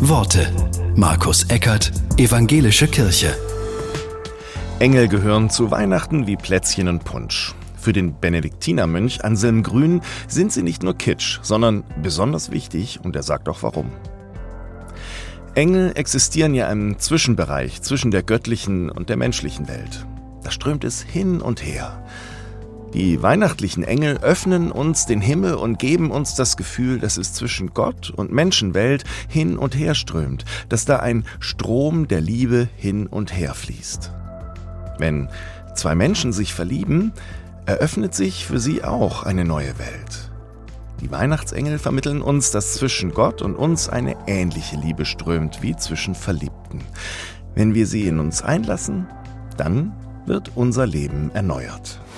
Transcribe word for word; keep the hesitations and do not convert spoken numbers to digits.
Worte. Markus Eckert, Evangelische Kirche. Engel gehören zu Weihnachten wie Plätzchen und Punsch. Für den Benediktinermönch Anselm Grün sind sie nicht nur Kitsch, sondern besonders wichtig, und er sagt auch warum. Engel existieren ja im Zwischenbereich zwischen der göttlichen und der menschlichen Welt. Da strömt es hin und her. Die weihnachtlichen Engel öffnen uns den Himmel und geben uns das Gefühl, dass es zwischen Gott und Menschenwelt hin und her strömt, dass da ein Strom der Liebe hin und her fließt. Wenn zwei Menschen sich verlieben, eröffnet sich für sie auch eine neue Welt. Die Weihnachtsengel vermitteln uns, dass zwischen Gott und uns eine ähnliche Liebe strömt wie zwischen Verliebten. Wenn wir sie in uns einlassen, dann wird unser Leben erneuert.